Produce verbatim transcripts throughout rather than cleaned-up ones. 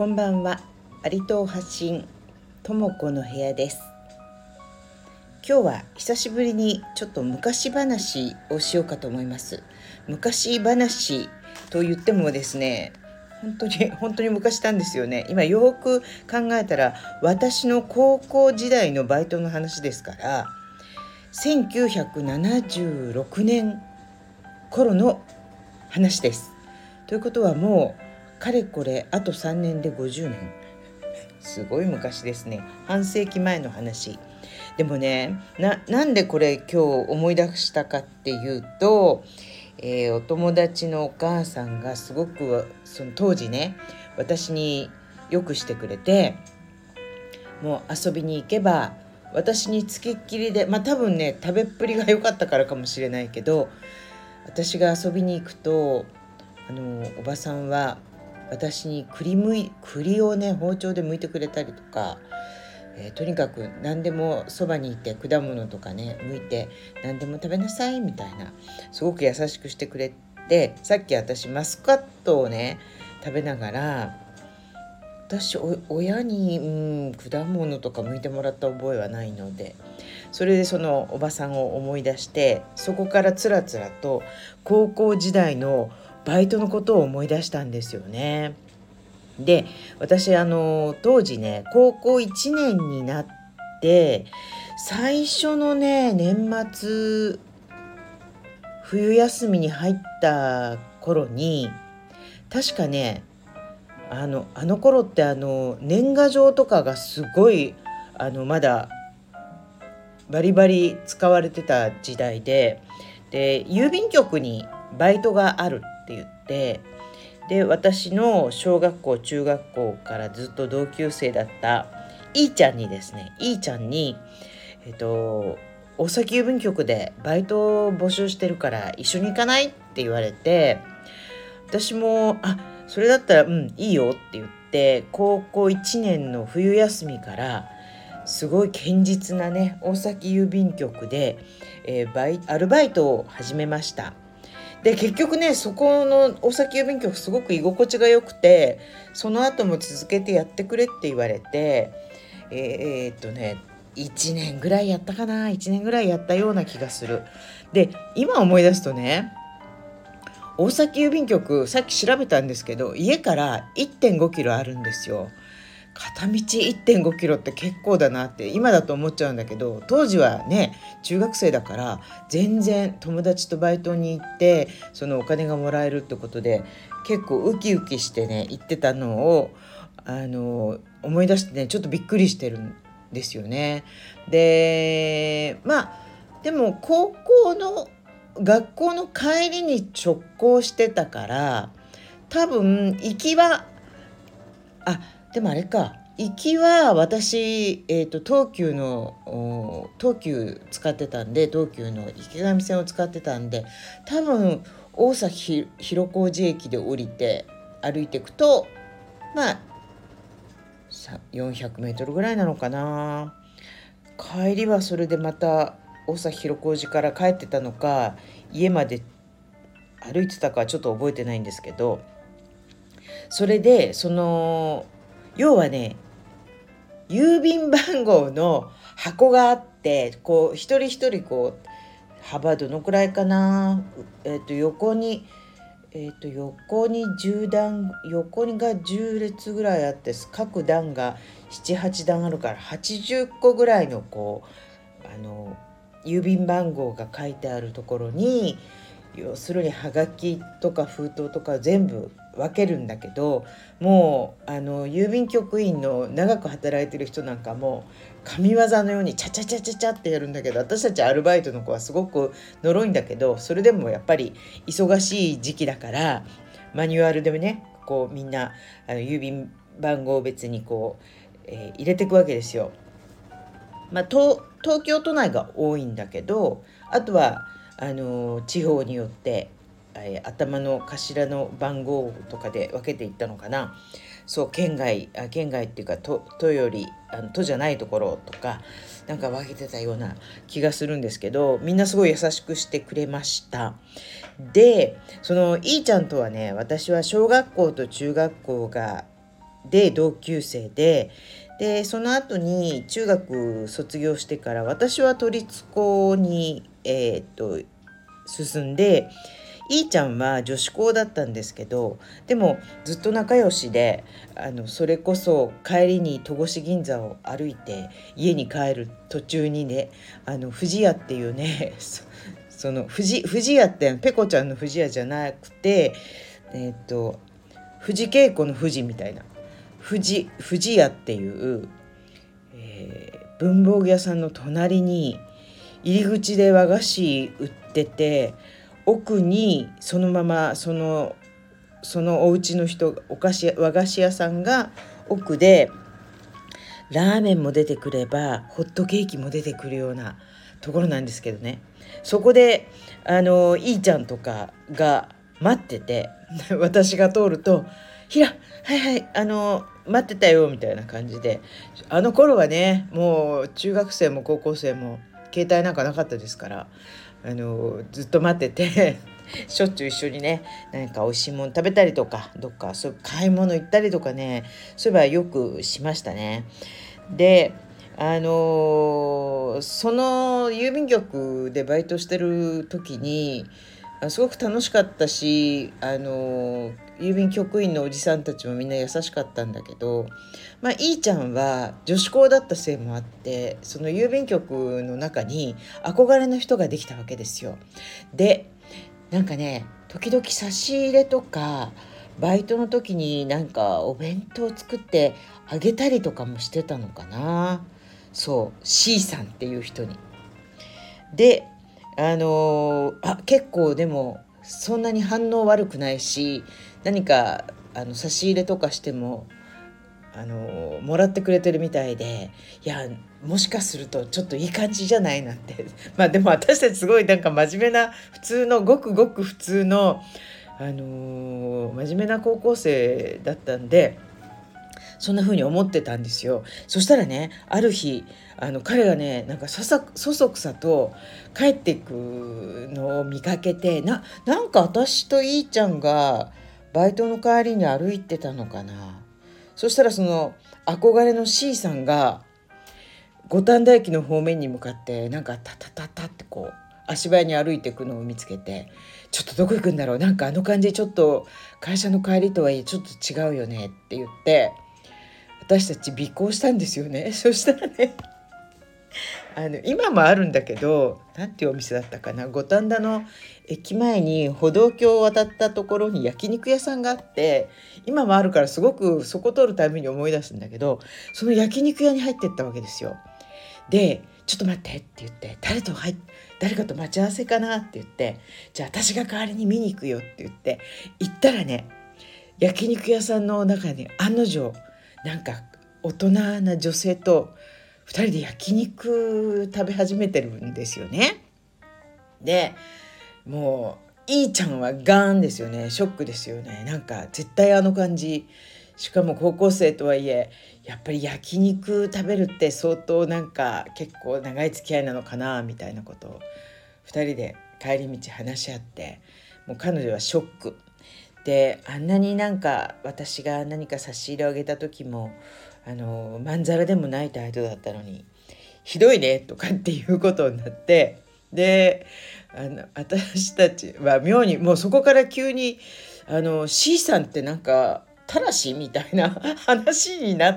こんばんは。アリ島発信ともこの部屋です。今日は久しぶりにちょっと昔話をしようかと思います。昔話と言ってもですね、本当に本当に昔なんですよね。今よく考えたら私の高校時代のバイトの話ですから、せんきゅうひゃくななじゅうろくねん頃の話です。ということはもうかれこれあとさんねんでごじゅうねん、すごい昔ですね。半世紀前の話。でもね、な、なんでこれ今日思い出したかっていうと、えーお友達のお母さんがすごくその当時ね、私によくしてくれて、もう遊びに行けば私につきっきりで、まあ多分ね食べっぷりが良かったからかもしれないけど、私が遊びに行くとあのおばさんは私に栗むい栗をね包丁で剥いてくれたりとか、えーとにかく何でもそばにいて果物とかね剥いて何でも食べなさいみたいな、すごく優しくしてくれて、さっき私マスカットをね食べながら、私お親に、うん、果物とか剥いてもらった覚えはないので、それでそのおばさんを思い出して、そこからつらつらと高校時代のバイトのことを思い出したんですよね。で、私あの当時ね高校いちねんになって最初のね年末冬休みに入った頃に、確かねあのあの頃ってあの年賀状とかがすごいあのまだバリバリ使われてた時代で、で郵便局にバイトがあるって言って、で私の小学校中学校からずっと同級生だったいーちゃんにですねいーちゃんにえっと大崎郵便局でバイトを募集してるから一緒に行かないって言われて、私もあそれだったらうんいいよって言って、高校いちねんの冬休みからすごい堅実なね大崎郵便局で、えーバイアルバイトを始めました。で結局ねそこの大崎郵便局すごく居心地が良くて、その後も続けてやってくれって言われて、えー、えーっとねいちねんぐらいやったかな、いちねんぐらいやったような気がする。で今思い出すとね、大崎郵便局さっき調べたんですけど家から いってんごキロあるんですよ。片道 いってんごキロって結構だなって今だと思っちゃうんだけど、当時はね中学生だから全然友達とバイトに行ってそのお金がもらえるってことで結構ウキウキしてね行ってたのをあの思い出してねちょっとびっくりしてるんですよね。でまあでも高校の学校の帰りに直行してたから、多分行きはあでもあれか、行きは私、えーと、東急のお東急使ってたんで、東急の池上線を使ってたんで、多分大崎広小路駅で降りて歩いていくとまあさよんひゃくメートルぐらいなのかな。帰りはそれでまた大崎広小路から帰ってたのか家まで歩いてたかちょっと覚えてないんですけど、それでその要はね郵便番号の箱があって、こう一人一人こう幅どのくらいかな、えっと横にえっと横にじゅう段、横にがじゅう列ぐらいあって、各段がななはち段あるからはちじゅっこぐらいのこうあの郵便番号が書いてあるところに、要するにはがきとか封筒とか全部分けるんだけど、もうあの郵便局員の長く働いてる人なんかも神業のようにチャチャチャチャチャってやるんだけど、私たちアルバイトの子はすごく呪いんだけど、それでもやっぱり忙しい時期だからマニュアルでねこうみんなあの郵便番号別にこう、えー入れていくわけですよ。まあ、東, 東京都内が多いんだけど、あとはあの地方によって、えー頭の頭の番号とかで分けていったのかな。そう県外あ県外っていうか都都よりあの都じゃないところとかなんか分けてたような気がするんですけど、みんなすごい優しくしてくれました。でそのいーちゃんとはね、私は小学校と中学校がで同級生で、でその後に中学卒業してから私は都立高に、えー、っと進んで、いーちゃんは女子校だったんですけど、でもずっと仲良しで、あのそれこそ帰りに戸越銀座を歩いて家に帰る途中にね、あの富士屋っていうねそその富士富士屋ってペコちゃんの富士屋じゃなくて、えーっと藤恵子の富士みたいな富士富士屋っていう、えー文房具屋さんの隣に入り口で和菓子売ってて、奥にそのままそのそのお家の人、お菓子和菓子屋さんが奥で、ラーメンも出てくればホットケーキも出てくるようなところなんですけどね、そこであのいーちゃんとかが待ってて私が通ると「ひら、はいはいあの待ってたよ」みたいな感じで、あの頃はねもう中学生も高校生も携帯なんかなかったですから、あのずっと待っててしょっちゅう一緒にね何か美味しいもの食べたりとか、どっかそう買い物行ったりとかね、そういえばよくしましたね。であのーその郵便局でバイトしてる時にあすごく楽しかったし、あのー郵便局員のおじさんたちもみんな優しかったんだけど、まあ、いーちゃんは女子校だったせいもあって、その郵便局の中に憧れの人ができたわけですよ。でなんかね、時々差し入れとかバイトの時になんかお弁当作ってあげたりとかもしてたのかな。そう C さんっていう人に。であのーあ結構でもそんなに反応悪くないし、何かあの差し入れとかしてもあのもらってくれてるみたいで、いやもしかするとちょっといい感じじゃないなんてまあでも私たちすごいなんか真面目な普通のごくごく普通の、あのー真面目な高校生だったんで、そんな風に思ってたんですよ。そしたらね、ある日あの彼がねなんかそさそそくさと帰っていくのを見かけて、ななんか私といーちゃんがバイトの帰りに歩いてたのかな。そしたらその憧れの C さんが五反田駅の方面に向かってなんかタタタタってこう足早に歩いていくのを見つけて、ちょっとどこ行くんだろう、なんかあの感じちょっと会社の帰りとはいえちょっと違うよねって言って私たち尾行したんですよね。そしたらねあの今もあるんだけど、なんていうお店だったかな、五反田の駅前に歩道橋を渡ったところに焼肉屋さんがあって、今もあるからすごくそこ通るたびに思い出すんだけど、その焼肉屋に入ってったわけですよ。でちょっと待ってって言って、誰と入誰かと待ち合わせかなって言って、じゃあ私が代わりに見に行くよって言って行ったらね、焼肉屋さんの中に案の定なんか大人な女性とふたりで焼肉食べ始めてるんですよね。でもういーちゃんはガーンですよね。ショックですよね。なんか絶対あの感じ、しかも高校生とはいえやっぱり焼肉食べるって相当なんか結構長い付き合いなのかなみたいなことをふたりで帰り道話し合って、もう彼女はショックで、あんなになんか私が何か差し入れをあげた時もあのまんざらでもない態度だったのにひどいねとかっていうことになって、であの私たちは妙にもうそこから急にあの C さんってなんかたらしみたいな話になって、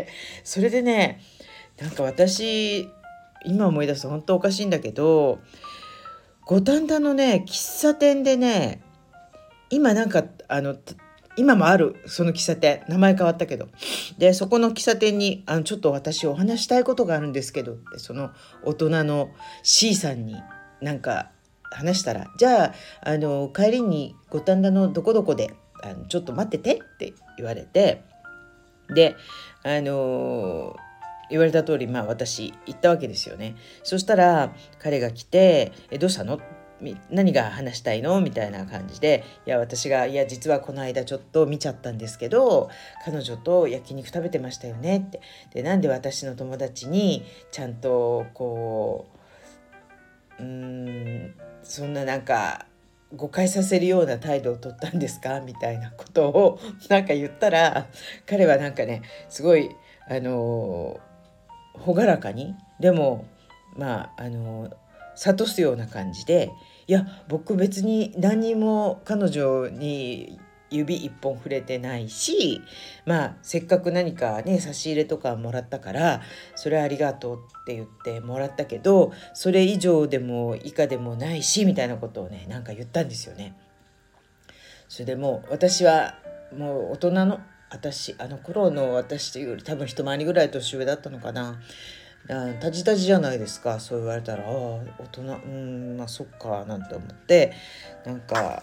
それでねなんか私今思い出すと本当おかしいんだけど、五反田のね喫茶店でね、今なんかあの今もあるその喫茶店、名前変わったけど、でそこの喫茶店にあのちょっと私お話したいことがあるんですけどって、その大人の C さんになんか話したら、じゃあ、あの帰りに五反田のどこどこであのちょっと待っててって言われて、であの言われた通り、まあ私行ったわけですよね。そしたら彼が来て「えどうしたの？み何が話したいの？」みたいな感じで、いや私が「いや実はこの間ちょっと見ちゃったんですけど彼女と焼肉食べてましたよね」って。でなんで私の友達にちゃんとこううーんそんななんか誤解させるような態度を取ったんですかみたいなことをなんか言ったら、彼はなんかねすごいあの朗らかに、でもまああの諭すような感じで、いや僕別に何にも彼女に指一本触れてないし、まあせっかく何かね差し入れとかもらったからそれはありがとうって言ってもらったけど、それ以上でも以下でもないしみたいなことをねなんか言ったんですよね。それでもう私はもう大人の私あの頃の私というより多分一回りぐらい年上だったのかな。あタジタジじゃないですか、そう言われたら、ああ大人、うんまあそっかなんて思って、なんか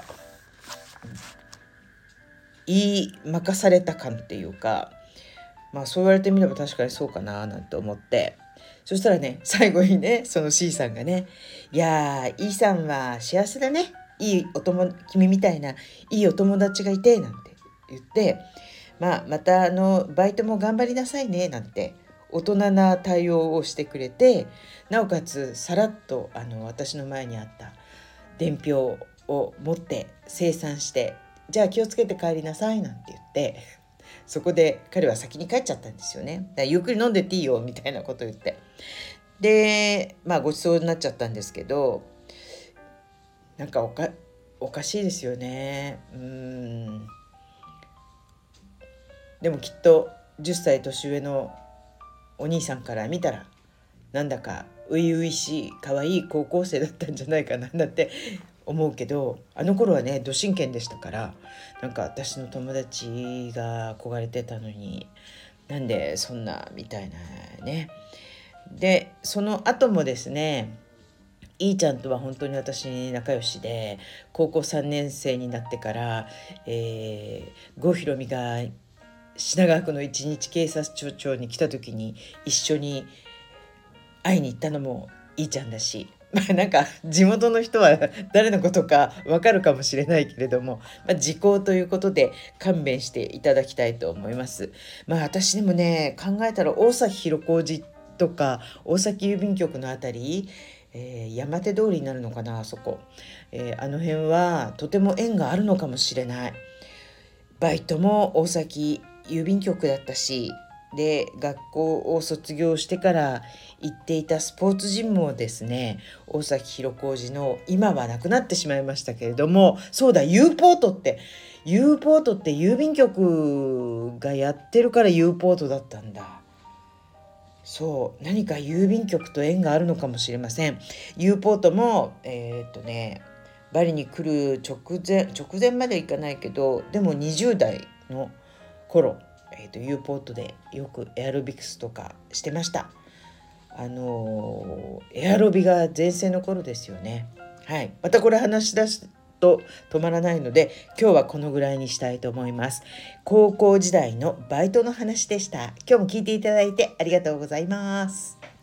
言い任された感っていうか、まあそう言われてみれば確かにそうかななんて思って、そしたらね最後にねその C さんがね、いやー E さんは幸せだね、いいお友君みたいないいお友達がいてなんて言って、まあまたあのバイトも頑張りなさいねなんて大人な対応をしてくれて、なおかつさらっとあの私の前にあった伝票を持って清算して、じゃあ気をつけて帰りなさいなんて言って、そこで彼は先に帰っちゃったんですよね。だからゆっくり飲んでっていいよみたいなこと言って、でまあごちそうになっちゃったんですけど、なんかおかおかしいですよね。うーんでもきっとじゅっさい年上のお兄さんから見たらなんだか初々しい可愛い高校生だったんじゃないかななんて思うけど、あの頃はねど真剣でしたから、なんか私の友達が憧れてたのになんでそんなみたいなね。でその後もですね、いーちゃんとは本当に私仲良しで、高校さんねん生になってから、えー、郷ひろみが品川区の一日警察署長に来た時に一緒に会いに行ったのもいいちゃんだし、まあなんか地元の人は誰のことかわかるかもしれないけれども、まあ、時効ということで勘弁していただきたいと思います。まあ私でもね考えたら大崎広小路とか大崎郵便局のあたり、えー、山手通りになるのかなあそこ、えー、あの辺はとても縁があるのかもしれない。バイトも大崎郵便局だったし、で学校を卒業してから行っていたスポーツジムもですね、大崎広小路の今はなくなってしまいましたけれども、そうだ U ポートって U ポートって郵便局がやってるから U ポートだったんだ。そう何か郵便局と縁があるのかもしれません。 U ポートもえーっとねバリに来る直前直前まで行かないけど、でもにじゅう代の頃、えー、と U ポートでよくエアロビクスとかしてました。あのーエアロビが全盛の頃ですよね。はい、またこれ話し出すと止まらないので今日はこのぐらいにしたいと思います。高校時代のバイトの話でした。今日も聞いていただいてありがとうございます。